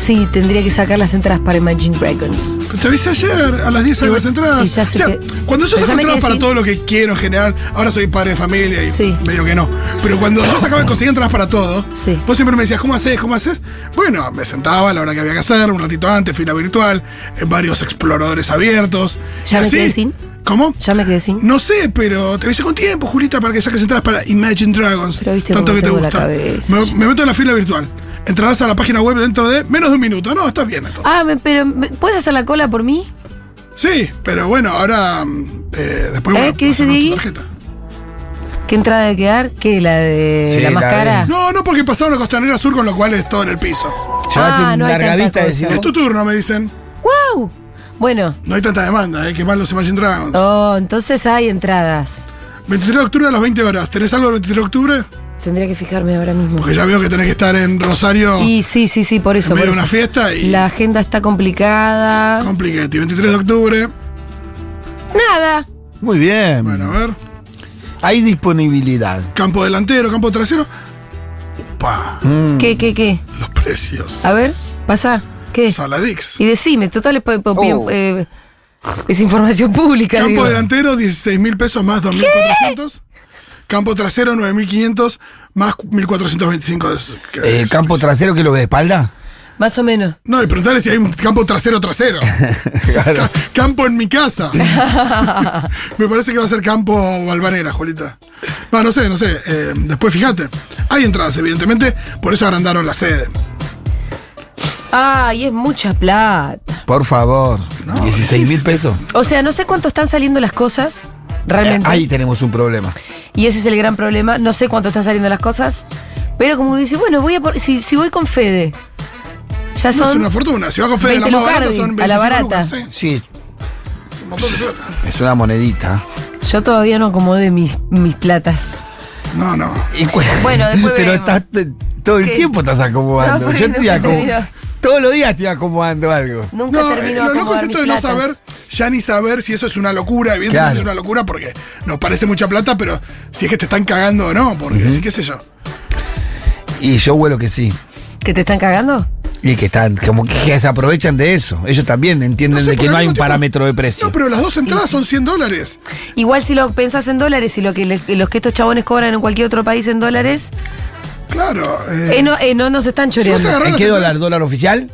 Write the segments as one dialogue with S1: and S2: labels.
S1: Sí, tendría que sacar las entradas para Imagine Dragons.
S2: Pero te avisé ayer, a las 10 salen las entradas.
S1: Y ya sé
S2: cuando yo
S1: pero
S2: saco
S1: ya me
S2: entradas
S1: quedé
S2: para
S1: sin-
S2: todo lo que quiero en general, ahora soy padre de familia y
S1: Sí.
S2: medio que no. Pero cuando yo sacaba y conseguía entradas para todo,
S1: Sí.
S2: vos siempre me decías, ¿cómo haces? ¿Cómo haces? Bueno, me sentaba a la hora que había que hacer, un ratito antes, fila virtual, en varios exploradores abiertos.
S1: ¿Ya
S2: Y
S1: me
S2: así-
S1: quedé sin?
S2: ¿Cómo?
S1: Ya me quedé sin.
S2: No sé, pero te avisé con tiempo, Julita, para que saques entradas para Imagine Dragons.
S1: Pero viste
S2: tanto
S1: cómo
S2: que te
S1: tengo la
S2: gusta.
S1: cabeza.
S2: Me meto en la fila virtual. Entrarás a la página web dentro de menos de un minuto. No, estás bien entonces.
S1: ¿Puedes hacer la cola por mí?
S2: Sí, pero bueno, ahora después bueno,
S1: ¿Qué dice
S2: pasamos tu
S1: Diegui?
S2: tarjeta.
S1: ¿Qué entrada de quedar? ¿Qué? ¿La de
S3: Sí,
S1: la
S3: la
S1: más cara?
S2: No, porque pasaron a Costanera Sur, con lo cual es todo en el piso.
S3: Llévate un
S1: no hay tanta
S3: largavista y
S1: cosa.
S3: decimos.
S2: Es tu turno, me dicen.
S1: ¡Wow! Bueno,
S2: No hay tanta demanda, que más los Imagine Dragons.
S1: entonces hay entradas.
S2: 23 de octubre a las 20 horas. ¿Tenés algo el 23 de octubre?
S1: Tendría que fijarme ahora mismo.
S2: Porque ya veo que tenés que estar en Rosario
S1: Y sí, por eso.
S2: en medio
S1: por
S2: de una
S1: eso.
S2: fiesta y
S1: La agenda está complicada.
S2: complicate. 23 de octubre.
S1: Nada.
S3: Muy bien.
S2: Bueno, a ver.
S3: Hay disponibilidad.
S2: Campo delantero, campo trasero. Pa,
S1: ¿Qué?
S2: los precios.
S1: A ver, pasa. ¿Qué?
S2: Saladix.
S1: Y decime, total es información pública.
S2: Campo
S1: digo.
S2: delantero, 16.000 pesos más 2.400. Campo trasero, 9.500 más 1.425.
S3: Campo trasero que lo de espalda.
S1: Más o menos.
S2: No, y preguntarle si hay un campo trasero. Campo en mi casa. Me parece que va a ser campo Balvanera, Juelita. No sé. Después fíjate. Hay entradas, evidentemente. Por eso agrandaron la sede.
S1: Y es mucha plata.
S3: Por favor. 16.000 pesos.
S1: O sea, no sé cuánto están saliendo las cosas. Realmente.
S3: Ahí tenemos un problema.
S1: Y ese es el gran problema. No sé cuánto están saliendo las cosas. Pero como uno dice, bueno, si voy con Fede. Ya
S2: No
S1: son.
S2: es una fortuna. Si va con Fede, la
S1: 20
S2: más barata
S1: Lucardi,
S2: son
S1: a la
S2: 25
S1: barata.
S2: lucas, sí.
S3: Sí,
S2: Es un montón de plata.
S3: es una monedita.
S1: Yo todavía no acomodé mis platas.
S2: No.
S1: Bueno, después
S3: Pero
S1: veremos.
S3: estás todo el
S1: ¿Qué?
S3: tiempo estás acomodando.
S1: No, porque
S3: Yo
S1: no
S3: estoy
S1: te
S3: acomodando.
S1: termino.
S3: Todos los días estoy acomodando algo.
S1: Nunca
S2: No,
S1: termino de
S2: lo loco
S1: acomodar
S2: es esto
S1: mis
S2: de no
S1: platas.
S2: saber, ya ni saber si eso es una locura. Evidentemente
S3: Claro.
S2: es una locura porque nos parece mucha plata, pero si es que te están cagando o no, porque sí, qué sé yo.
S3: Y yo vuelo que sí.
S1: ¿Que te están cagando?
S3: Y que están, como que se aprovechan de eso. Ellos también entienden
S2: No sé,
S3: de que
S2: porque
S3: no
S2: al
S3: hay un
S2: mismo tiempo-
S3: parámetro de precio.
S2: No, pero las dos entradas son $100.
S1: Igual si lo pensás en dólares y los que estos chabones cobran en cualquier otro país en dólares,
S2: Claro.
S1: no nos están
S2: si vos
S1: choreando.
S2: agarrás
S3: ¿En
S2: las
S3: qué
S2: entradas,
S3: dólar? ¿Dólar oficial?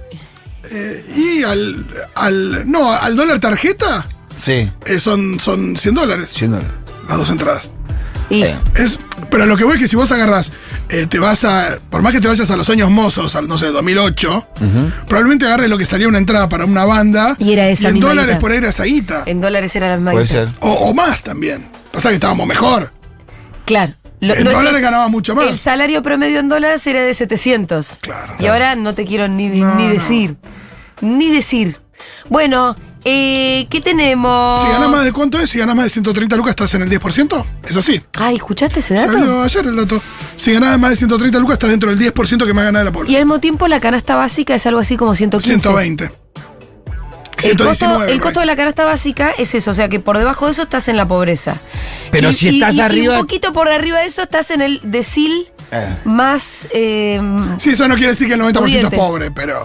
S2: Y al dólar tarjeta
S3: Sí.
S2: son $100
S3: $100.
S2: las dos entradas.
S1: Y
S2: Pero lo que voy es que si vos agarrás, por más que te vayas a los años mozos, al, no sé, 2008, probablemente agarres lo que salía una entrada para una banda.
S1: Y era esa
S2: en
S1: misma
S2: dólares
S1: guita.
S2: por ahí era esa guita.
S1: en dólares era la misma
S3: Puede
S1: guita.
S3: ser.
S2: O más también. Pasa que estábamos mejor.
S1: Claro.
S2: En
S1: Nuestros-
S2: dólares ganaba mucho más.
S1: El salario promedio en dólares era de 700.
S2: Claro.
S1: Y ahora no te quiero ni
S2: No.
S1: decir. Ni decir. Bueno, ¿qué tenemos?
S2: Si ganás más de cuánto es, si ganás más de 130 lucas estás en el 10%. Es así.
S1: Ay, ¿escuchaste ese
S2: Se
S1: dato?
S2: habló ayer el dato. Si ganás más de 130 lucas estás dentro del 10% que más gana de la
S1: Y
S2: población.
S1: al mismo tiempo la canasta básica es algo así como 115.
S2: 120.
S1: El
S2: 119.
S1: costo de la canasta básica es eso, o sea que por debajo de eso estás en la pobreza.
S3: Pero si estás arriba-
S1: Y un poquito por arriba de eso estás en el decil más.
S2: Sí, eso no quiere decir que el 90% es
S1: Pudiente.
S2: pobre, pero.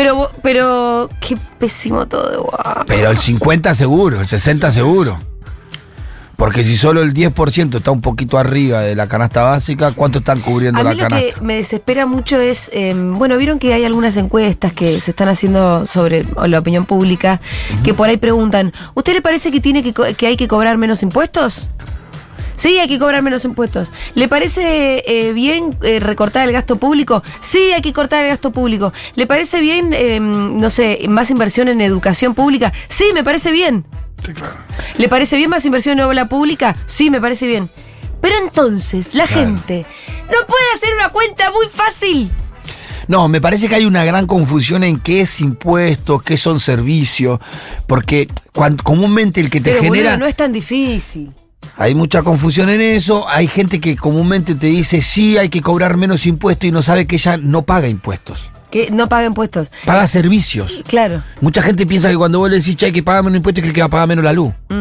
S1: Pero qué pésimo todo, guau.
S3: Pero el 50 seguro, el 60 seguro. Porque si solo el 10% está un poquito arriba de la canasta básica, ¿cuánto están cubriendo
S1: A
S3: la
S1: mí lo
S3: canasta?
S1: que me desespera mucho es, vieron que hay algunas encuestas que se están haciendo sobre la opinión pública, que por ahí preguntan, ¿usted le parece que que hay que cobrar menos impuestos? Sí, hay que cobrar menos impuestos. ¿Le parece bien recortar el gasto público? Sí, hay que cortar el gasto público. ¿Le parece bien, no sé, más inversión en educación pública? Sí, me parece bien.
S2: Sí, claro.
S1: ¿Le parece bien más inversión en obra pública? Sí, me parece bien. Pero entonces, la gente no puede hacer una cuenta muy fácil.
S3: No, me parece que hay una gran confusión en qué es impuesto, qué son servicios, porque comúnmente el que te
S1: Pero
S3: genera...
S1: boludo, no es tan difícil.
S3: Hay mucha confusión en eso, hay gente que comúnmente te dice sí, hay que cobrar menos impuestos y no sabe que ella no paga impuestos,
S1: Que no paga impuestos.
S3: paga servicios.
S1: Claro.
S3: Mucha gente piensa que cuando vos le decís che, hay que pagar menos impuestos, cree que va a pagar menos la luz.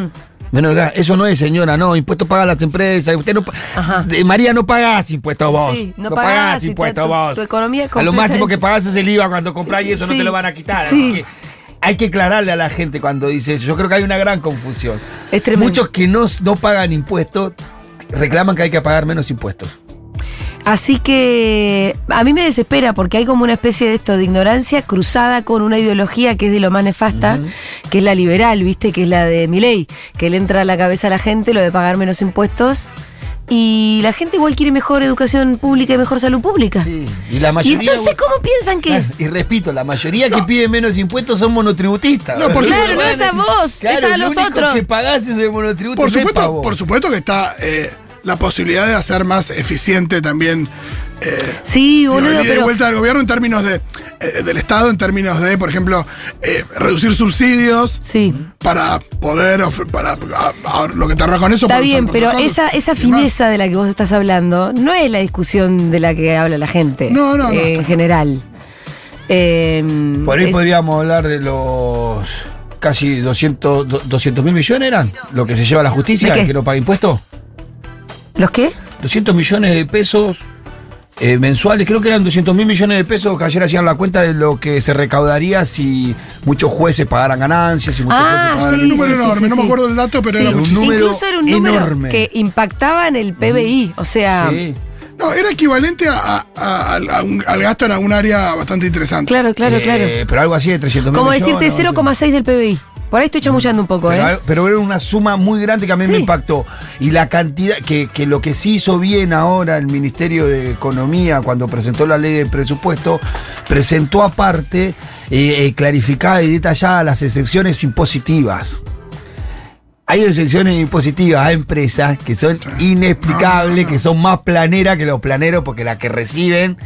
S3: Menos gas. Eso no es, señora, no. Impuestos pagan las empresas. Usted no, María, no pagás impuestos vos.
S1: Sí,
S3: no pagás impuestos vos.
S1: Tu economía es
S3: a lo máximo que pagás es el IVA cuando comprás y eso
S1: Sí.
S3: no te lo van a quitar.
S1: Sí.
S3: Así que hay que aclararle a la gente cuando dice eso. Yo creo que hay una gran confusión.
S1: Es tremendo.
S3: Muchos que no pagan impuestos reclaman que hay que pagar menos impuestos.
S1: Así que a mí me desespera porque hay como una especie de esto de ignorancia cruzada con una ideología que es de lo más nefasta, que es la liberal, ¿viste? Que es la de Milei, que le entra a la cabeza a la gente lo de pagar menos impuestos y la gente igual quiere mejor educación pública y mejor salud pública.
S3: Sí. Y la
S1: Y
S3: mayoría.
S1: entonces, ¿cómo piensan que es?
S3: Y repito, la mayoría que pide menos impuestos son monotributistas.
S2: No, por
S1: Claro,
S2: supuesto.
S1: no es a vos, es a
S3: el
S1: los
S3: único
S1: otros.
S3: que pagás es el monotributo. no es pa' vos.
S2: Por supuesto que está la posibilidad de hacer más eficiente también.
S1: Sí, boludo,
S2: de
S1: pero...
S2: vuelta del gobierno en términos del Estado, en términos de, por ejemplo, reducir subsidios
S1: Sí.
S2: para poder lo que te ahorra con eso.
S1: Está
S2: para usar
S1: bien,
S2: para
S1: pero
S2: otras cosas
S1: esa
S2: y demás.
S1: fineza de la que vos estás hablando no es la discusión de la que habla la gente.
S2: No,
S1: en general.
S3: Por ahí
S1: Es-
S3: podríamos hablar de los casi 200.000 millones eran lo que se lleva la justicia,
S1: ¿De qué?
S3: que no paga impuestos.
S1: ¿Los qué?
S3: 200 millones de pesos mensuales, creo que eran 200.000 millones de pesos que ayer hacían la cuenta de lo que se recaudaría si muchos jueces pagaran ganancias, y muchos
S1: Ah,
S3: jueces pagaran
S2: Un número
S1: sí,
S2: enorme,
S1: sí,
S2: no
S1: sí.
S2: me acuerdo el dato, pero
S1: Sí,
S2: era
S3: un
S2: muchísimo.
S3: número
S1: incluso era un número
S3: enorme.
S1: que impactaba en el PBI. O sea,
S3: Sí.
S2: No, era equivalente al gasto en algún área bastante interesante.
S1: claro.
S3: Pero algo así de 300.000
S1: Como
S3: millones.
S1: decirte 0,6 del PBI. Por ahí estoy chamullando un poco,
S3: Pero era una suma muy grande que a mí
S1: Sí.
S3: me impactó. Y la cantidad, que lo que sí hizo bien ahora el Ministerio de Economía cuando presentó la ley de presupuesto, presentó aparte clarificada y detallada las excepciones impositivas. Hay excepciones impositivas a empresas que son inexplicables, que son más planeras que los planeros, porque la que reciben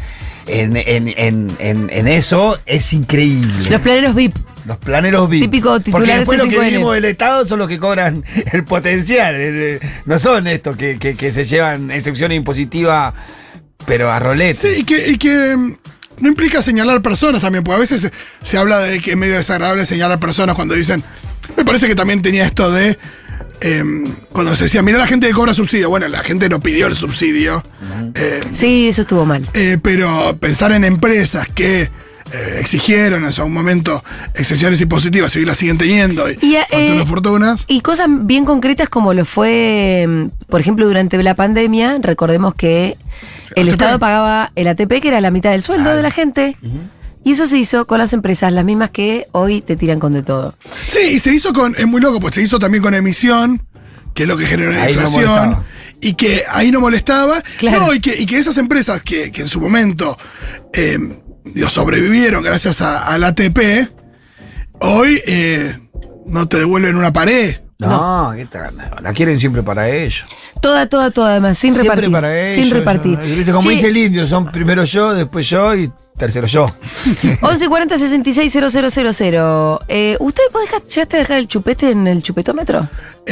S3: en eso es increíble.
S1: Los planeros VIP.
S3: Los planeros VIP.
S1: Típico titular
S3: Porque después
S1: de
S3: lo que
S1: C5N.
S3: vivimos del Estado son los que cobran el potencial. No son estos que se llevan excepciones impositivas, pero a rolete.
S2: Sí, y que no implica señalar personas también, porque a veces se habla de que es medio desagradable señalar personas cuando dicen. Me parece que también tenía esto de. Cuando se decía, mira la gente que cobra subsidio. Bueno, la gente no pidió el subsidio.
S1: Sí, eso estuvo mal.
S2: Pero pensar en empresas que exigieron en algún momento excepciones impositivas y hoy las siguen teniendo y unas fortunas.
S1: Y cosas bien concretas como lo fue, por ejemplo, durante la pandemia, recordemos que el
S2: ATP.
S1: Estado pagaba el ATP, que era la mitad del sueldo de la gente, y eso se hizo con las empresas, las mismas que hoy te tiran con de todo.
S2: Sí, y se hizo es muy loco, pues se hizo también con emisión, que es lo que generó la
S3: Ahí no
S2: inflación,
S3: molestaba.
S2: y que ahí no molestaba.
S1: Claro.
S2: No, y que esas empresas que en su momento sobrevivieron gracias al ATP, hoy no te devuelven una pared.
S3: No, ¿qué tal? La quieren siempre para ellos.
S1: Toda, además, sin
S3: Siempre
S1: repartir.
S3: para ellos.
S1: Sin repartir.
S3: ¿Viste? Como
S1: Che,
S3: dice el indio, son primero yo, después yo y tercero yo.
S1: 1140 66 000. ¿Usted llegaste a dejar el chupete en el chupetómetro?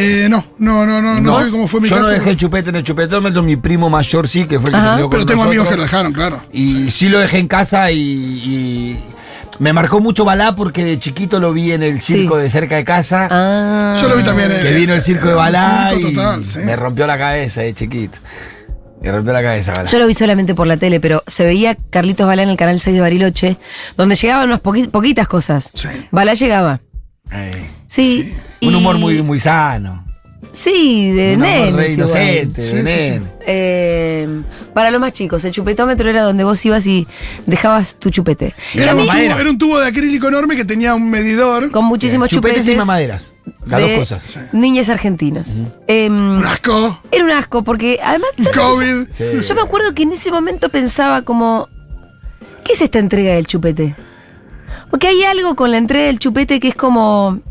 S2: No sé cómo fue mi
S3: yo
S2: caso.
S3: no dejé el chupete en el chupetómetro, mi primo mayor sí, que fue el que
S1: Ajá.
S3: se quedó con
S2: Pero tengo amigos que lo
S3: nosotros.
S2: dejaron, claro.
S3: Y sí lo dejé en casa y me marcó mucho Balá porque de chiquito lo vi en el circo
S1: Sí.
S3: de cerca de casa.
S1: Ah.
S2: Yo lo vi también.
S3: Que vino el circo de Balá
S2: circo
S3: y
S2: total, sí.
S3: me rompió la cabeza de chiquito. Me rompió la cabeza, Balá.
S1: Yo lo vi solamente por la tele, pero se veía Carlitos Balá en el canal 6 de Bariloche, donde llegaban unas poquitas cosas.
S2: Sí.
S1: Balá llegaba. Sí.
S2: Sí.
S3: Un
S1: y-
S3: humor muy, muy sano.
S1: Sí, de
S3: Un humor re
S1: nenes igual.
S3: inocente,
S2: Sí,
S3: de
S2: sí, sí.
S3: nene.
S1: Para los más chicos, el chupetómetro era donde vos ibas y dejabas tu chupete.
S3: Era
S2: Era un,
S3: mamadera.
S2: tubo, era un tubo de acrílico enorme que tenía un medidor.
S1: Con muchísimos
S3: Chupetes
S1: chupetes.
S3: y mamaderas. Las
S1: de
S3: dos cosas.
S1: Niños argentinos.
S2: Un asco.
S1: Era un asco, porque además.
S2: COVID.
S3: Sí.
S1: Yo me acuerdo que en ese momento pensaba como. ¿Qué es esta entrega del chupete? Porque hay algo con la entrega del chupete que es como.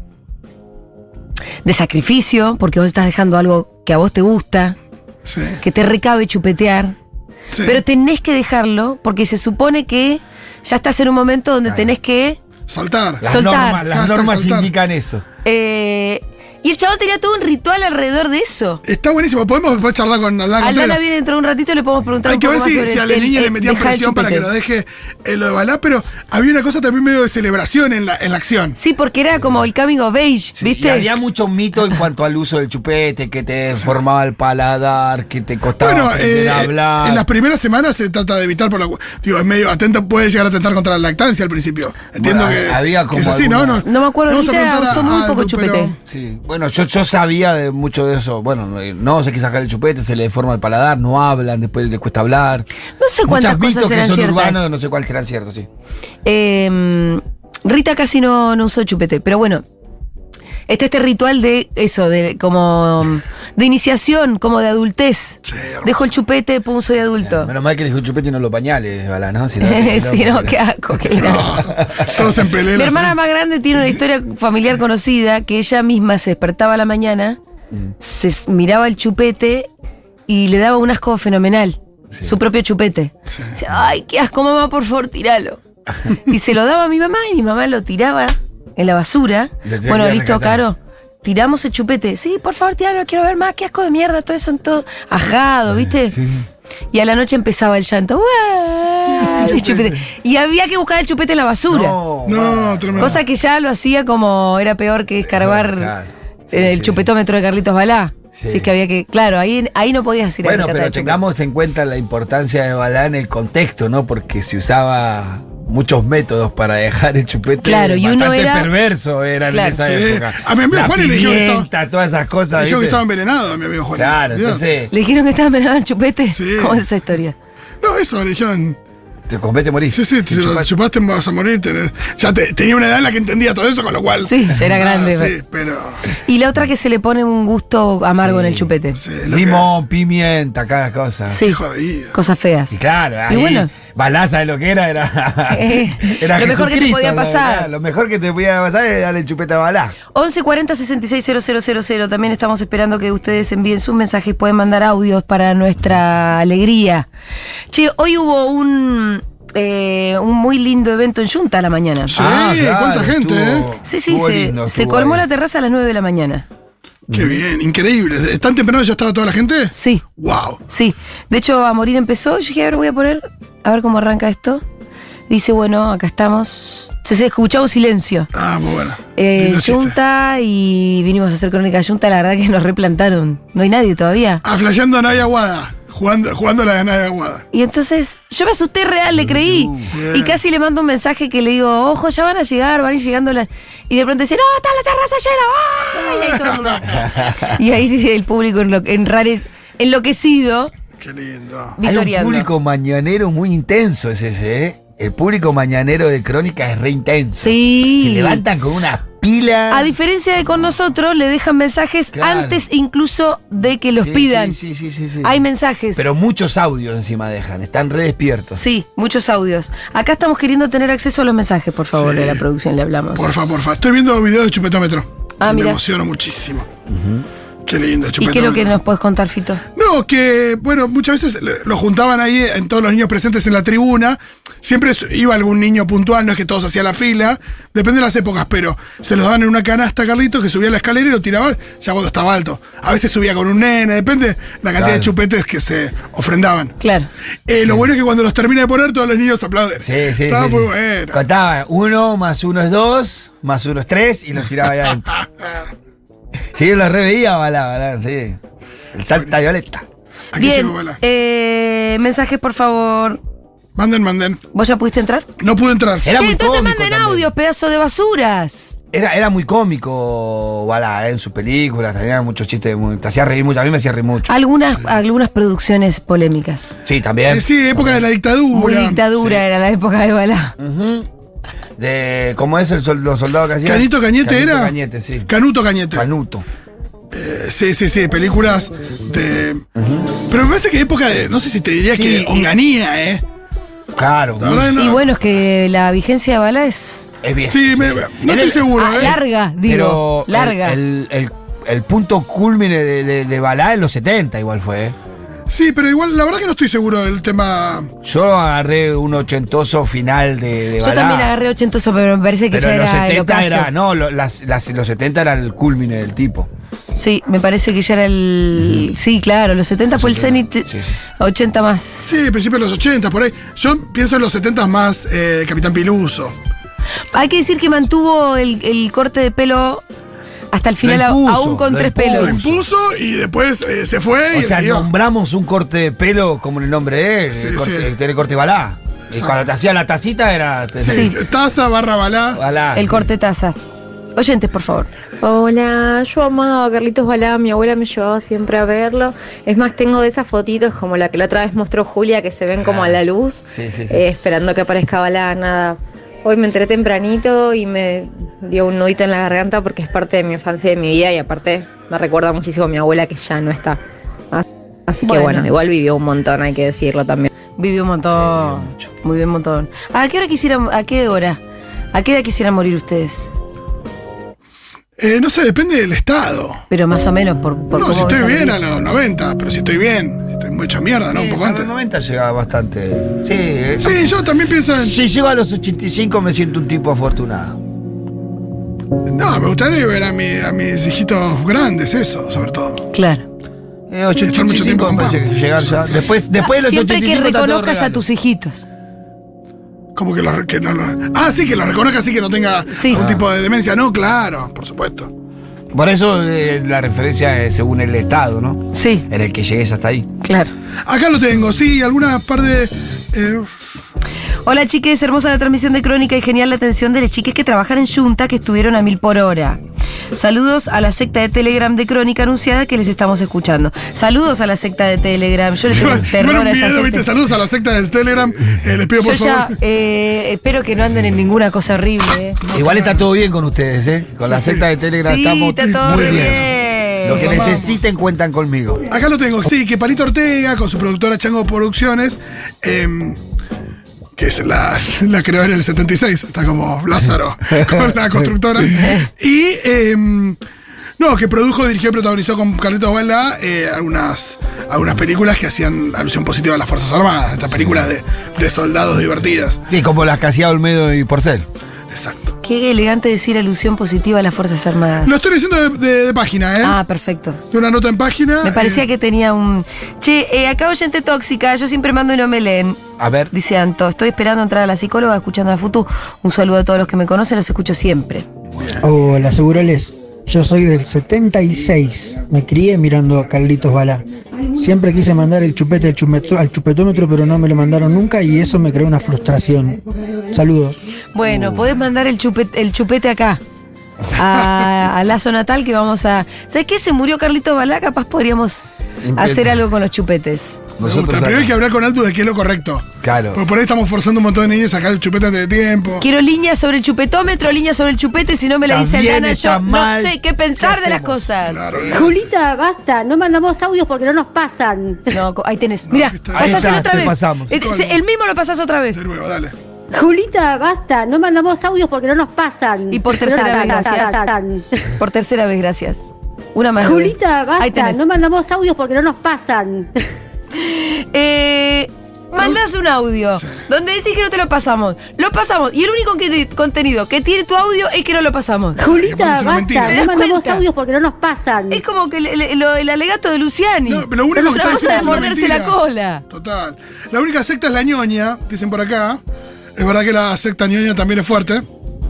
S1: De sacrificio, porque vos estás dejando algo que a vos te gusta,
S2: Sí.
S1: que te recabe chupetear.
S2: Sí.
S1: Pero tenés que dejarlo porque se supone que ya estás en un momento donde
S3: Claro.
S1: tenés que.
S2: Soltar.
S3: Las
S1: Soltar.
S3: normas, las
S2: Hashtag
S3: normas
S2: soltar.
S3: indican eso.
S1: Y el chabón tenía todo un ritual alrededor de eso.
S2: Está buenísimo. Podemos después charlar con Aldana
S1: Aldana
S2: Contreras.
S1: viene dentro de un ratito y le podemos preguntar
S2: Hay
S1: un
S2: que
S1: poco
S2: ver
S1: más sobre
S2: si a la niña le metían
S1: dejar el
S2: presión para que
S1: chupete.
S2: lo deje en lo de Balá, pero había una cosa también medio de celebración en la acción.
S1: Sí, porque era como el coming of age,
S3: Sí,
S1: ¿viste?
S3: y había muchos mitos en cuanto al uso del chupete, que te formaba el paladar, que te costaba
S2: Bueno,
S3: aprender a hablar.
S2: en las primeras semanas se trata de evitar por la. Digo, es medio atento, puede llegar a atentar contra la lactancia al principio. Entiendo
S3: Bueno,
S2: que.
S3: había
S2: que
S3: como
S2: es así,
S3: alguna-
S1: No me acuerdo,
S2: Vamos a
S1: Rita
S2: preguntar
S1: usó
S2: a
S1: muy poco
S2: Aldo,
S1: chupete.
S2: pero-
S3: Sí, bueno, yo sabía de mucho de eso. Bueno, no sé qué sacar el chupete, se le deforma el paladar, no hablan, después les cuesta hablar.
S1: No sé cuántas
S3: Muchos mitos
S1: cosas
S3: que
S1: eran
S3: son
S1: ciertas.
S3: urbanos, no sé cuáles serán ciertos, sí.
S1: Rita casi no usó chupete, pero bueno. Está este ritual de eso, de como de iniciación, como de adultez.
S2: Sí, hermoso.
S1: Dejo el chupete, pum, soy adulto.
S3: Menos mal que le dejó el chupete y no los pañales, Balá, ¿no? Si
S1: Sí, no, qué asco, qué grande.
S2: Todos en peleas.
S1: Mi hermana más grande tiene una historia familiar conocida que ella misma se despertaba a la mañana, se miraba el chupete y le daba un asco fenomenal. Su propio chupete. Dice, ay, qué asco, mamá, por favor, tíralo. Y se lo daba a mi mamá y mi mamá lo tiraba en la basura.
S3: Lo tenía
S1: Bueno,
S3: que
S1: listo,
S3: rescatar.
S1: Caro. Tiramos el chupete. Sí, por favor, tíralo, quiero ver más. Qué asco de mierda, todo eso en todo ajado, ¿viste?
S3: Sí.
S1: Y a la noche empezaba el llanto. ¡Uah! El chupete. Y había que buscar el chupete en la basura.
S2: No, tremendo.
S1: Cosa que ya lo hacía como era peor que escarbar
S3: Claro. Sí,
S1: el
S3: sí,
S1: chupetómetro de Carlitos Balá.
S3: Sí.
S1: Así es que había que. Claro, ahí no podías ir a
S3: Bueno,
S1: rescatar
S3: pero
S1: el chupete.
S3: tengamos en cuenta la importancia de Balá en el contexto, ¿no? Porque se usaba muchos métodos para dejar el chupete.
S1: Claro, y uno
S3: bastante
S1: era-
S3: perverso eran
S1: Claro.
S3: en esa
S2: Sí.
S3: época.
S2: A mi amigo
S3: La
S2: Juan le dijeron que
S3: pimienta, todas esas cosas.
S2: Dijo que
S3: ¿viste?
S2: estaba envenenado, mi amigo Juan.
S3: Claro,
S2: Dios.
S3: entonces
S1: ¿Le dijeron que estaba envenenado el chupete?
S2: Sí.
S1: ¿Cómo es esa historia?
S2: No, eso le dijeron.
S3: te compete morir.
S2: Sí, sí, si lo chupaste vas a morir. Tenía una edad en la que entendía todo eso, con lo cual.
S1: Sí, ya era grande.
S2: Sí, pero.
S1: Y la otra que se le pone un gusto amargo en el chupete.
S2: Sí, lo
S3: Limón, pimienta, cada cosa.
S1: Sí,
S2: que- jodido.
S1: cosas feas.
S3: Y claro, ahí,
S1: bueno.
S3: Balá, ¿sabes lo que era? Era
S1: Lo mejor que te
S3: Jesucristo,
S1: podía pasar.
S3: claro, lo mejor que te podía pasar era darle chupeta a Balá.
S1: 11 40 66 000. También estamos esperando que ustedes envíen sus mensajes. Pueden mandar audios para nuestra alegría. Che, hoy hubo un muy lindo evento en Junta a la mañana.
S2: Sí, cuánta gente,
S1: Sí, sí,
S3: estuvo
S1: se
S3: lindo,
S1: se
S3: estuvo
S1: colmó
S3: ahí.
S1: la terraza a las 9 de la mañana.
S2: Qué bien, increíble. ¿Tan temprano ya estaba toda la gente?
S1: Sí,
S2: ¡Wow!
S1: sí. De hecho, a morir empezó. Yo dije, a ver, voy a poner, a ver cómo arranca esto. Dice, bueno, acá estamos. Se escuchaba un silencio.
S2: Ah, muy bueno. Lindo chiste.
S1: Junta y vinimos a hacer crónica Junta. La verdad que nos replantaron. No hay nadie todavía.
S2: Ah, flasheando a Nadia Aguada. Jugando la de Nadia Aguada.
S1: Y entonces yo me asusté real, le creí. Y casi le mando un mensaje que le digo, ojo, ya van a llegar, van a ir llegando. Y de pronto dice, no, está la terraza llena. ¡Ah! Y ahí todo el mundo. Y ahí el público enloquecido,
S2: Qué lindo.
S3: Hay un
S1: victoriando.
S3: público mañanero muy intenso, es ese, ¿eh? El público mañanero de Crónica es re intenso.
S1: Sí.
S3: Se levantan con una pila.
S1: A diferencia de con nosotros, le dejan mensajes
S3: Claro.
S1: antes incluso de que los
S3: Sí,
S1: pidan.
S3: Sí, sí, sí, sí.
S1: Hay mensajes.
S3: Pero muchos audios encima dejan, están re despiertos.
S1: Sí, muchos audios. Acá estamos queriendo tener acceso a los mensajes, por favor,
S2: Sí.
S1: de la producción, le hablamos.
S2: Porfa. Estoy viendo videos de chupetómetro.
S1: Ah,
S2: Me
S1: mira.
S2: emociono muchísimo. Qué lindo el
S1: ¿Y
S2: chupetómetro.
S1: qué es lo que nos puedes contar, Fito?
S2: No, que, bueno, muchas veces lo juntaban ahí en todos los niños presentes en la tribuna. Siempre iba algún niño puntual, no es que todos hacían la fila. Depende de las épocas, pero se los daban en una canasta a Carlitos que subía la escalera y lo tiraba ya cuando estaba alto. A veces subía con un nene, depende la cantidad de
S3: Claro.
S2: chupetes que se ofrendaban.
S1: Claro.
S2: Lo bueno es que cuando los termina de poner, todos los niños aplauden.
S3: Sí, sí.
S2: Estaba
S3: sí,
S2: muy
S3: sí.
S2: bueno.
S3: Contaba 1 más 1 es 2, más 1 es 3 y los tiraba allá adentro. Sí, yo los reveía, Balá, sí. El Salta Violeta.
S2: Aquí
S1: Bien,
S2: llegó Bala.
S1: mensajes, por favor.
S2: Manden.
S1: ¿Vos ya pudiste entrar?
S2: No pude entrar.
S3: Era
S1: Che,
S3: muy
S1: entonces
S3: cómico
S1: manden
S3: también.
S1: audios, pedazo de basuras.
S3: Era muy cómico, Balá, en sus películas, tenía muchos chistes, te hacía reír mucho, a mí me hacía reír mucho.
S1: Algunas producciones polémicas.
S3: Sí, también.
S2: Sí, época de la
S1: Muy
S2: dictadura.
S1: dictadura era la época de Balá.
S3: Ujú. De ¿cómo es los soldados que hacían?
S2: Canito Cañete era.
S3: Cañete, sí.
S2: Canuto Cañete.
S3: Canuto.
S2: Sí, películas de. Pero me parece que época de. No sé si te diría
S3: Sí,
S2: que
S3: y-
S2: onganía,
S3: Claro.
S2: La verdad que no.
S1: Y bueno, es que la vigencia de Balá es
S3: Es bien.
S2: Sí, no
S3: En
S2: estoy
S3: el-
S2: seguro,
S1: larga, digo.
S3: Pero
S1: Larga.
S3: el punto culmine de Balá en los 70 igual fue, ¿eh?
S2: Sí, pero igual, la verdad que no estoy seguro del tema.
S3: Yo agarré un ochentoso final de
S1: Yo
S3: Balá.
S1: también agarré ochentoso, pero me parece que
S3: Pero
S1: ya
S3: los
S1: era el
S3: 70
S1: ocaso.
S3: era. No, los 70 era el culmine del tipo.
S1: Sí, me parece que ya era el... Sí, claro, los 70 fue el cenit,
S3: Sí, sí.
S1: 80 más.
S2: Sí, principios de los 80, por ahí. Yo pienso en los 70 más Capitán Piluso.
S1: Hay que decir que mantuvo el corte de pelo hasta el final,
S3: Lo impuso,
S1: aún con
S3: lo
S1: 3
S3: impuso.
S2: Lo
S1: pelos.
S2: impuso y después se fue y
S3: O sea,
S2: siguió.
S3: nombramos un corte de pelo como el nombre de él,
S2: Sí,
S3: el corte Balá. Y
S2: Exacto.
S3: cuando te hacía la tacita era.
S2: Sí,
S1: Sí.
S2: taza barra balá.
S3: Balá.
S1: El corte taza. Oyentes, por favor.
S4: Hola, yo amaba a Carlitos Balá, mi abuela me llevaba siempre a verlo. Es más, tengo de esas fotitos como la que la otra vez mostró Julia, que se ven como a la luz,
S3: Sí, sí, sí.
S4: esperando que aparezca Balá, nada. Hoy me enteré tempranito y me dio un nudito en la garganta porque es parte de mi infancia y de mi vida y aparte me recuerda muchísimo a mi abuela que ya no está. Así que bueno, igual vivió un montón, hay que decirlo también.
S1: Vivió un montón. Muy bien, un montón. ¿A qué hora quisieran, a qué hora? ¿A qué hora quisieran morir ustedes?
S2: No sé, depende del estado.
S1: Pero más o menos por
S2: No,
S1: cómo
S2: si estoy
S1: ves a
S2: bien
S1: morir.
S2: a los 90, pero si estoy bien, si estoy muy hecho mierda, ¿no? Un poco
S3: en
S2: antes.
S3: los 90 llegaba bastante. Sí,
S2: Sí, yo también pienso en.
S3: Si llego a los 85 me siento un tipo afortunado.
S2: No, me gustaría ver a mis hijitos grandes, eso, sobre todo.
S1: Claro.
S2: Estar mucho tiempo
S3: 85
S2: con
S3: me parece
S2: papá.
S3: que llegar ya. Después de los 85
S1: Siempre que
S3: está todo
S1: reconozcas a
S3: regalo.
S1: tus hijitos.
S2: Como que, que no lo. Ah, sí, que lo reconozca así que no tenga
S1: Sí.
S2: algún tipo de demencia. No, claro, por supuesto.
S3: Por eso la referencia es según el estado, ¿no?
S1: Sí,
S3: En el que llegues hasta ahí.
S1: claro.
S2: Acá lo tengo, sí, alguna par de.
S1: Hola chiques, hermosa la transmisión de Crónica y genial la atención de las chiques que trabajan en Junta que estuvieron a 1000 por hora. Saludos a la secta de Telegram de Crónica anunciada que les estamos escuchando. Saludos a la secta de Telegram. Yo le tengo un terror
S2: Bueno,
S1: a
S2: un
S1: esa
S2: video, ¿viste?
S1: secta.
S2: Saludos a la secta de Telegram. Les pido
S1: Yo
S2: por
S1: ya
S2: favor.
S1: espero que no anden en ninguna cosa horrible.
S3: Igual está todo bien con ustedes, ¿eh? Con la secta de Telegram
S1: Sí,
S3: estamos
S1: está todo
S3: muy
S1: bien.
S3: bien. Lo que
S2: Los amamos.
S3: necesiten cuentan conmigo.
S2: Acá lo tengo, sí, que Palito Ortega con su productora Chango Producciones, que es la creó en el 76, está como Lázaro con la constructora. Y no, que produjo, dirigió y protagonizó con Carlitos Balá algunas películas que hacían alusión positiva a las Fuerzas Armadas, estas películas de soldados divertidas.
S3: Y como las que hacía Olmedo y Porcel.
S2: Exacto.
S1: Qué elegante decir alusión positiva a las Fuerzas Armadas.
S2: Lo estoy diciendo de página, ¿eh?
S1: Ah, perfecto.
S2: De una nota en página.
S1: Me parecía que tenía un... Che, acá oyente tóxica, yo siempre mando y no me leen.
S3: A ver.
S1: Dice Anto, estoy esperando entrar a la psicóloga, escuchando a Futu. Un saludo a todos los que me conocen, los escucho siempre.
S5: Hola, Seguroles. Yo soy del 76. Me crié mirando a Carlitos Balá. Siempre quise mandar el chupete al chupetómetro, pero no me lo mandaron nunca y eso me creó una frustración. Saludos.
S1: Bueno, podés mandar el chupete acá. A Lazo Natal que vamos a... ¿Sabes qué? Se murió Carlitos Balá, capaz podríamos hacer algo con los chupetes.
S3: Nosotros
S2: Primero hay que
S3: acá.
S2: hablar con Altu de qué es lo correcto.
S3: Claro.
S2: Porque por ahí estamos forzando un montón de niños a sacar el chupete antes de tiempo.
S1: Quiero líneas sobre el chupetómetro, líneas sobre el chupete, si no me la dice
S3: También
S1: Aldana,
S3: está
S1: yo
S3: mal.
S1: no sé qué pensar
S3: ¿Qué
S1: de las
S3: hacemos?
S1: cosas.
S2: Claro.
S6: Julita, basta, no mandamos audios porque no nos pasan.
S1: No, ahí tenés. Mira,
S2: está-
S3: Ahí
S1: pasáselo
S3: está,
S1: otra
S3: te
S1: vez.
S3: pasamos.
S1: El mismo lo pasás otra vez.
S2: De nuevo, dale.
S6: Julita, basta, no mandamos audios porque no nos pasan.
S1: Y por tercera vez, gracias. Por tercera vez, gracias. Una más.
S6: Julita,
S1: Ahí
S6: basta,
S1: tenés.
S6: no mandamos audios porque no nos pasan.
S1: Mandás un audio donde decís que no te lo pasamos. Lo pasamos. Y el único contenido que tiene tu audio es que no lo pasamos.
S6: Julita,
S2: es una mentira.
S6: basta,
S1: ¿Te das
S6: no mandamos
S1: cuenta?
S6: audios porque no nos pasan.
S1: Es como que el alegato de Luciani.
S2: No, pero lo único que
S1: Una
S2: está
S1: cosa
S2: diciendo
S1: de
S2: es una
S1: morderse la
S2: mentira.
S1: cola.
S2: Total. La única secta es la ñoña, dicen por acá. Es verdad que la secta ñoña también es fuerte.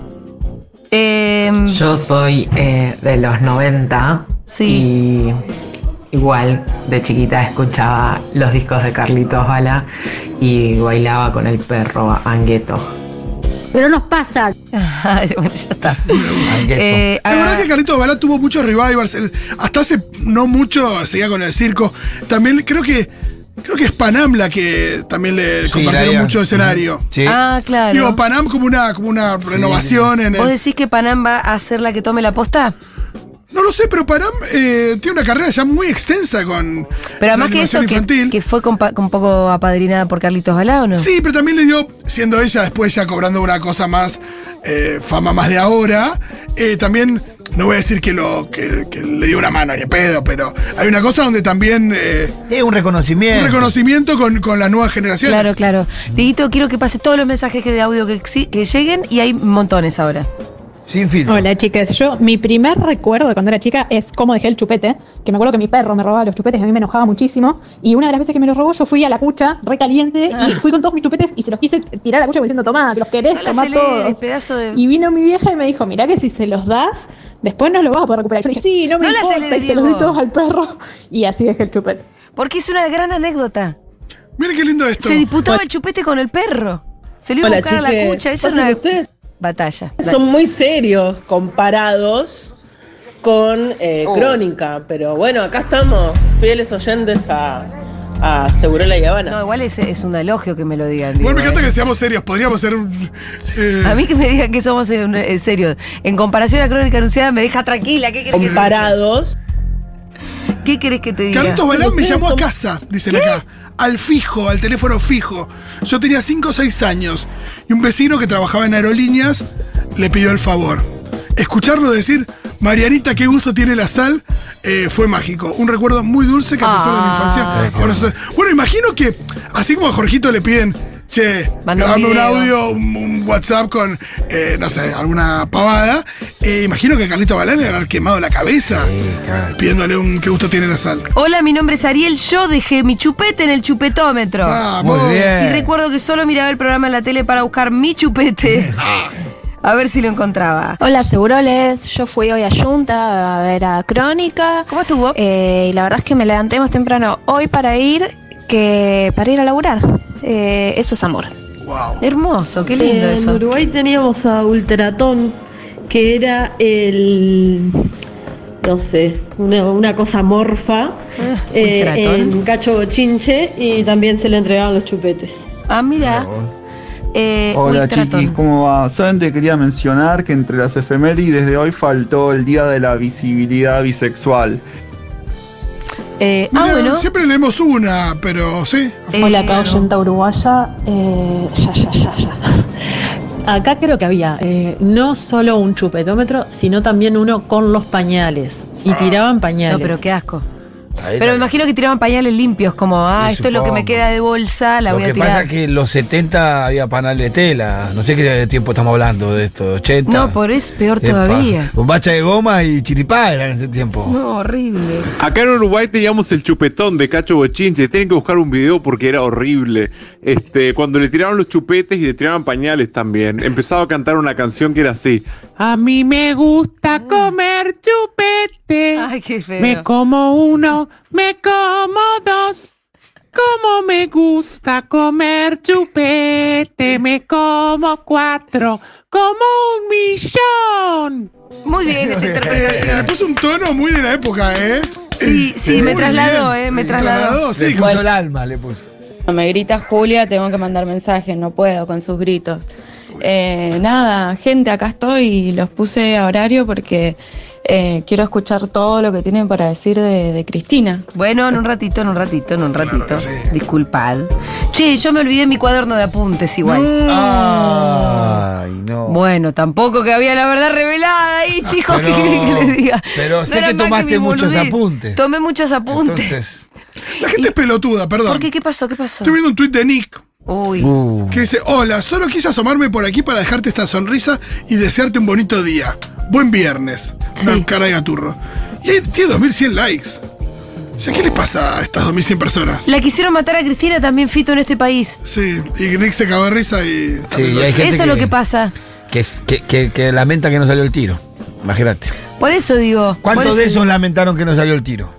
S7: Yo soy de los 90
S1: Sí.
S7: y igual de chiquita escuchaba los discos de Carlitos Balá y bailaba con el perro Angueto.
S6: Pero no nos pasan.
S1: Bueno, ya está.
S3: Angueto.
S2: Es verdad que Carlitos Balá tuvo muchos revivals. Hasta hace no mucho seguía con el circo. También creo que es Panam la que también le
S3: Sí,
S2: compartieron
S3: la-
S2: mucho escenario.
S3: Sí.
S1: Ah, claro.
S2: Digo, Panam como una renovación en
S1: ¿Vos
S2: el.
S1: decís que Panam va a ser la que tome la posta?
S2: No lo sé, pero Panam tiene una carrera ya muy extensa con.
S1: Pero además
S2: la
S1: que eso,
S2: animación infantil.
S1: que fue con poco apadrinada por Carlitos Balá, ¿o no?
S2: Sí, pero también le dio, siendo ella después ya cobrando una cosa más, fama más de ahora, también no voy a decir que le dio una mano ni en pedo, pero hay una cosa donde también
S3: Es un reconocimiento.
S2: un reconocimiento con las nuevas generaciones.
S1: Claro. Dieguito, quiero que pase todos los mensajes de audio que lleguen y hay montones ahora.
S3: Sin filtro.
S8: Hola chicas, mi primer recuerdo de cuando era chica es cómo dejé el chupete, que me acuerdo que mi perro me robaba los chupetes y a mí me enojaba muchísimo, y una de las veces que me los robó yo fui a la pucha, recaliente, y fui con todos mis chupetes y se los quise tirar a la pucha diciendo, tomá, los querés,
S1: No la
S8: tomá
S1: aceleres,
S8: todos.
S1: pedazo de...
S8: Y vino mi vieja y me dijo, mirá que si se los das, después no los vas a poder recuperar. Yo dije, sí, no me
S1: No la
S8: importa,
S1: aceleres,
S8: y se los di
S1: Diego.
S8: todos al perro, y así dejé el chupete.
S1: Porque es una gran anécdota.
S2: Miren qué lindo esto.
S1: Se disputaba el chupete con el perro. Se lo iba a buscar a la cucha. Eso es una batalla.
S9: Son muy serios comparados con Crónica, pero bueno, acá estamos, fieles oyentes a Segurola y Habana.
S1: No, igual es un elogio que me lo digan.
S2: Bueno, me
S1: Diego,
S2: encanta que seamos serios. Podríamos ser.
S1: A mí que me digan que somos serios. En comparación a Crónica Anunciada me deja tranquila. ¿Qué querés
S9: Comparados.
S1: ¿Qué querés que te diga?
S2: Carlitos Balán me
S9: ustedes
S2: llamó a
S9: son-
S2: casa, dicen acá. Al fijo, al teléfono fijo. Yo tenía 5 o 6 años. Y un vecino que trabajaba en aerolíneas le pidió el favor. Escucharlo decir, Marianita, qué gusto tiene la sal, fue mágico. Un recuerdo muy dulce que atesoro de mi infancia. Ahora bueno, imagino que, así como a Jorgito le piden, che,
S1: Manda un
S2: grabame un
S1: video.
S2: audio, un WhatsApp con, no sé, alguna pavada. Imagino que a Carlito Balán le habrá quemado la cabeza pidiéndole un qué gusto tiene la sal.
S1: Hola, mi nombre es Ariel. Yo dejé mi chupete en el chupetómetro.
S2: Vamos.
S3: Muy bien.
S1: Y recuerdo que solo miraba el programa en la tele para buscar mi chupete. A ver si lo encontraba.
S10: Hola, Seguroles. Yo fui hoy a Junta a ver a Crónica.
S1: ¿Cómo estuvo?
S10: Y la verdad es que me levanté más temprano hoy para ir que para ir a laburar. Eso es amor.
S2: Wow.
S1: Hermoso, qué lindo
S11: En
S1: eso.
S11: Uruguay teníamos a Ultratón, que era el, no sé, una cosa morfa,
S1: Ultratón.
S11: en Cacho Bochinche, y también se le entregaban los chupetes.
S1: Ah, mira.
S12: Hola
S1: Ultratón.
S12: chiquis, ¿cómo va? Solamente quería mencionar que entre las efemérides de hoy faltó el Día de la Visibilidad Bisexual.
S2: Mira,
S1: bueno.
S2: siempre leemos una, pero sí.
S8: Hola, acá oyenta uruguaya. Ya. Acá creo que había no solo un chupetómetro, sino también uno con los pañales. Y tiraban pañales.
S1: No, pero qué asco.
S3: Ahí
S1: Pero
S3: está.
S1: me imagino que tiraban pañales limpios, como,
S3: Sí,
S1: esto es lo que me
S3: supongo.
S1: queda de bolsa, la
S3: Lo
S1: voy a
S3: que
S1: tirar.
S3: pasa es que en los 70 había panal de tela. No sé qué tiempo estamos hablando de esto. 80.
S1: No, por eso es peor
S3: Epa.
S1: todavía.
S3: Con bacha de goma y chiripá era en ese tiempo.
S1: No, horrible.
S13: Acá en Uruguay teníamos el chupetón de Cacho Bochinche. Tienen que buscar un video porque era horrible. Cuando le tiraban los chupetes y le tiraban pañales también. Empezaba a cantar una canción que era así. A mí me gusta comer chupete.
S1: Ay, qué feo.
S13: Me como uno, me como dos. Como me gusta comer chupete, me como 4, como 1.000.000.
S1: Muy bien esa
S2: Le
S1: interpretación.
S2: puso un tono muy de la época, ¿eh?
S1: Sí, me
S2: Muy
S1: trasladó,
S2: bien.
S1: me trasladó.
S2: Sí,
S3: Le puso el alma, le puso.
S14: Me grita Julia, tengo que mandar mensajes, no puedo con sus gritos. Nada, gente, acá estoy y los puse a horario porque quiero escuchar todo lo que tienen para decir de Cristina.
S1: Bueno, en un ratito.
S2: Claro que sí.
S1: Disculpad. Che, yo me olvidé mi cuaderno de apuntes igual.
S3: Ay, no.
S1: Bueno, tampoco que había la verdad revelada ahí, chicos,
S3: Pero-
S1: ¿qué quieren que les diga?
S3: pero sé
S1: era
S3: que
S1: más
S3: tomaste
S1: mi
S3: muchos
S1: boludez.
S3: apuntes.
S1: Tomé muchos apuntes.
S3: Entonces.
S2: La gente es pelotuda, perdón.
S1: ¿Por qué? ¿Qué pasó?
S2: Estoy viendo un tuit de Nick
S1: Uy.
S2: que dice: Hola, solo quise asomarme por aquí para dejarte esta sonrisa y desearte un bonito día. Buen viernes.
S1: Sí.
S2: Una cara de gaturro. Y ahí tiene 2100 likes. O sea, ¿qué le pasa a estas 2100 personas?
S1: La quisieron matar a Cristina también, Fito, en este país.
S2: Sí, y Nick se cagó de risa y.
S3: Sí, y hay gente
S1: Eso es lo que pasa.
S3: que lamenta que no salió el tiro. Imagínate.
S1: Por eso digo.
S3: ¿Cuántos
S1: por
S3: de
S1: eso
S3: esos lamentaron que no salió el tiro?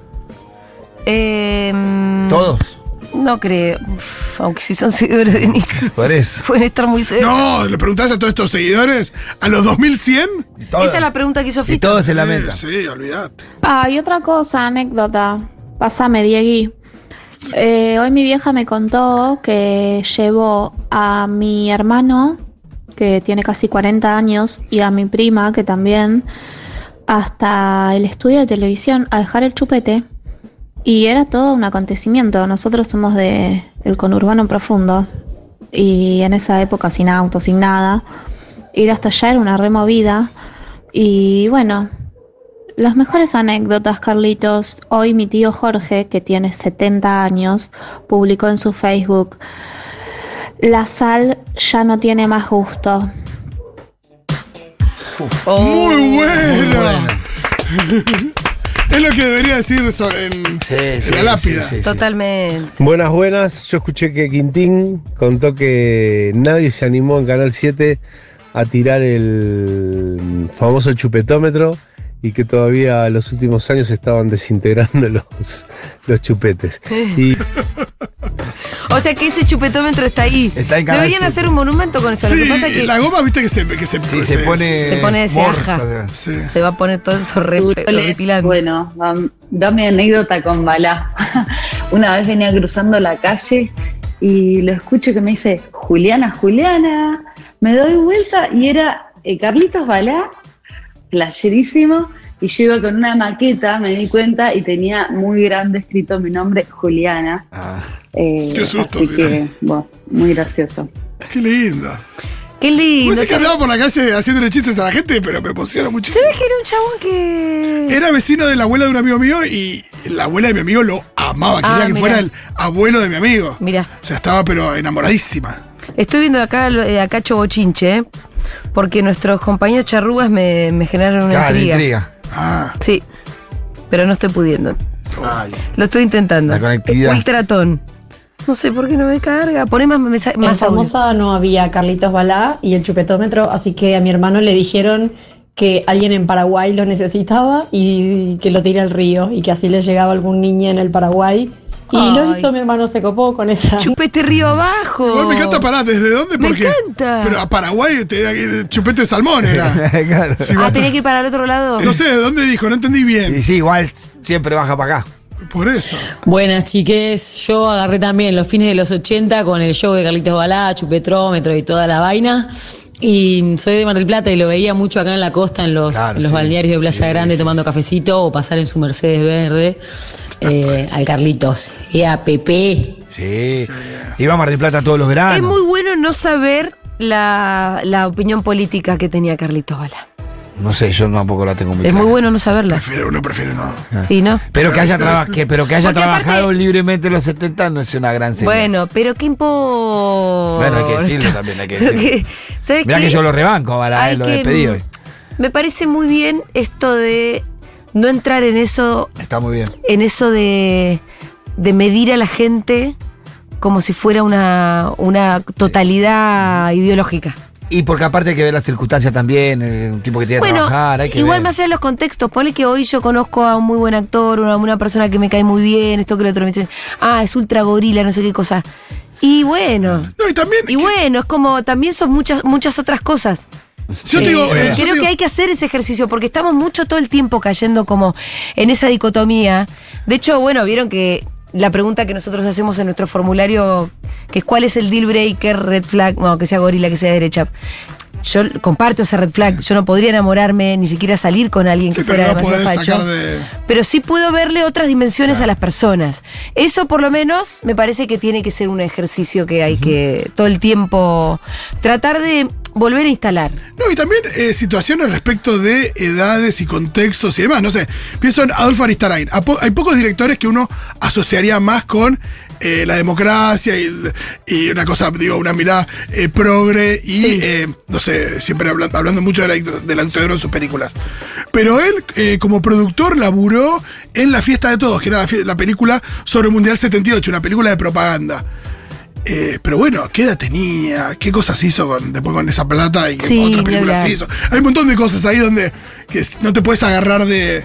S3: ¿Todos?
S1: No creo. Uf, aunque sí son seguidores de Nick.
S3: Por eso.
S1: Pueden estar muy cerca.
S2: No, le preguntás a todos estos seguidores, a los 2100.
S1: Esa es la pregunta que hizo Fito.
S3: Y todos se lamentan.
S2: Sí, olvidate.
S15: Ah, y otra cosa, anécdota. Pásame, Diegui. Hoy mi vieja me contó que llevó a mi hermano, que tiene casi 40 años, y a mi prima, que también, hasta el estudio de televisión a dejar el chupete. Y era todo un acontecimiento. Nosotros somos de el conurbano profundo. Y en esa época sin auto, sin nada. Ir hasta allá era una removida. Y bueno, las mejores anécdotas, Carlitos. Hoy mi tío Jorge, que tiene 70 años, publicó en su Facebook: la sal ya no tiene más gusto.
S2: Muy bueno. Es lo que debería decir en la lápida.
S1: Totalmente.
S16: Buenas. Yo escuché que Quintín contó que nadie se animó en Canal 7 a tirar el famoso chupetómetro y que todavía en los últimos años estaban desintegrando los chupetes. Y
S1: o sea que ese chupetómetro está ahí.
S3: Está en Canal
S1: Deberían
S3: 7.
S1: hacer un monumento con eso.
S2: Sí,
S1: Lo que pasa es que
S2: la goma, viste que se
S1: pone se
S3: morsa.
S1: aja.
S2: Sí.
S1: Se va a poner todo eso horripilante.
S17: Bueno, dame anécdota con Balá. Una vez venía cruzando la calle y lo escucho que me dice: Juliana, me doy vuelta y era Carlitos Balá, playerísimo, y yo iba con una maqueta, me di cuenta, y tenía muy grande escrito mi nombre, Juliana.
S2: Qué susto,
S17: así que, bueno, muy gracioso.
S2: Qué lindo.
S1: Qué lindo.
S2: No sé que andaba por la calle haciéndole chistes a la gente, pero me emociona muchísimo.
S1: Se ve que era un chabón que...
S2: Era vecino de la abuela de un amigo mío y la abuela de mi amigo lo amaba. Quería que fuera el abuelo de mi amigo.
S1: Mirá.
S2: O sea, estaba pero enamoradísima.
S1: Estoy viendo acá Cacho Bochinche, porque nuestros compañeros charrúas me generaron una intriga. Sí, pero no estoy pudiendo. Lo estoy intentando.
S3: La conectividad.
S1: Ultratón. No sé por qué no me carga. Poné más
S18: En
S1: audio.
S18: Formosa no había Carlitos Balá y el chupetómetro, así que a mi hermano le dijeron que alguien en Paraguay lo necesitaba y que lo tire al río y que así le llegaba algún niño en el Paraguay. Y lo hizo, mi hermano se copó con esa.
S1: Chupete río abajo.
S2: Igual me encanta parar. ¿Desde dónde? Porque,
S1: me encanta.
S2: Pero a Paraguay tenía que ir chupete de salmón era.
S3: Claro.
S1: Tenía que ir para el otro lado.
S2: No sé, ¿de dónde dijo? No entendí bien.
S3: Y sí, igual siempre baja para acá.
S2: Por eso.
S19: Buenas, chiques. Yo agarré también los fines de los 80 con el show de Carlitos Balá, chupetrómetro y toda la vaina. Y soy de Mar del Plata y lo veía mucho acá en la costa, en los balnearios de Playa Grande, tomando cafecito o pasar en su Mercedes verde al Carlitos. Y a Pepe.
S3: Sí. Iba a Mar del Plata todos los veranos.
S1: Es muy bueno no saber la opinión política que tenía Carlitos Balá.
S3: No sé, yo tampoco la tengo muy
S1: Es
S3: clara.
S1: muy bueno no saberla.
S2: Uno prefiere no.
S1: Y no.
S3: Pero que haya, trabajado
S1: aparte,
S3: libremente en los 70 no es una gran señal.
S1: Bueno, pero ¿qué importa?
S3: Bueno, hay que decirlo también, hay que decirlo.
S1: ¿Sabes
S3: Mirá
S1: qué?
S3: que yo lo rebanco, Balá, lo despedí hoy.
S1: Me parece muy bien esto de no entrar en eso.
S3: Está muy bien.
S1: En eso de medir a la gente como si fuera una totalidad ideológica.
S3: Y porque aparte hay que ver las circunstancias también, un tipo que tiene que trabajar, hay que
S1: igual
S3: ver.
S1: más allá de los contextos, ponle que hoy yo conozco a un muy buen actor, una persona que me cae muy bien, esto que lo otro, me dicen, es ultra gorila, no sé qué cosa. Y bueno.
S2: No, y también.
S1: Bueno, es como, también son muchas otras cosas.
S2: Yo digo,
S1: creo que hay que hacer ese ejercicio porque estamos todo el tiempo cayendo como en esa dicotomía. De hecho, bueno, vieron que la pregunta que nosotros hacemos en nuestro formulario, que es ¿cuál es el deal breaker, red flag? No, que sea gorila, que sea derecha. Yo comparto esa red flag. Yo no podría enamorarme, ni siquiera salir con alguien que fuera demasiado facho. Pero sí puedo verle otras dimensiones a las personas. Eso por lo menos me parece que tiene que ser un ejercicio que hay que todo el tiempo tratar de volver a instalar.
S2: No, y también situaciones respecto de edades y contextos y demás. No sé, pienso en Adolfo Aristarain. Hay pocos directores que uno asociaría más con la democracia y una cosa, digo, una mirada progre y, no sé, siempre hablando mucho de la dictadura en sus películas. Pero él, como productor, laburó en La Fiesta de Todos, que era la película sobre el Mundial 78, una película de propaganda. Pero bueno, ¿qué edad tenía? ¿Qué cosas hizo después con esa plata y qué otras películas hizo? Hay un montón de cosas ahí donde que no te puedes agarrar de...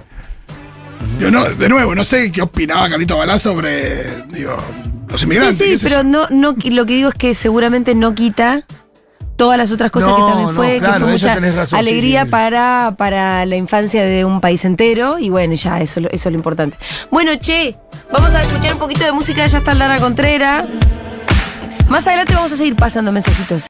S2: Yo no, de nuevo, no sé qué opinaba Carlitos Balá sobre los inmigrantes.
S1: Sí, pero no, lo que digo es que seguramente no quita todas las otras cosas que también fue mucha alegría para la infancia de un país entero. Y bueno, ya, eso es lo importante. Bueno, vamos a escuchar un poquito de música, ya está Lara Contreras. Más adelante vamos a seguir pasando mensajitos.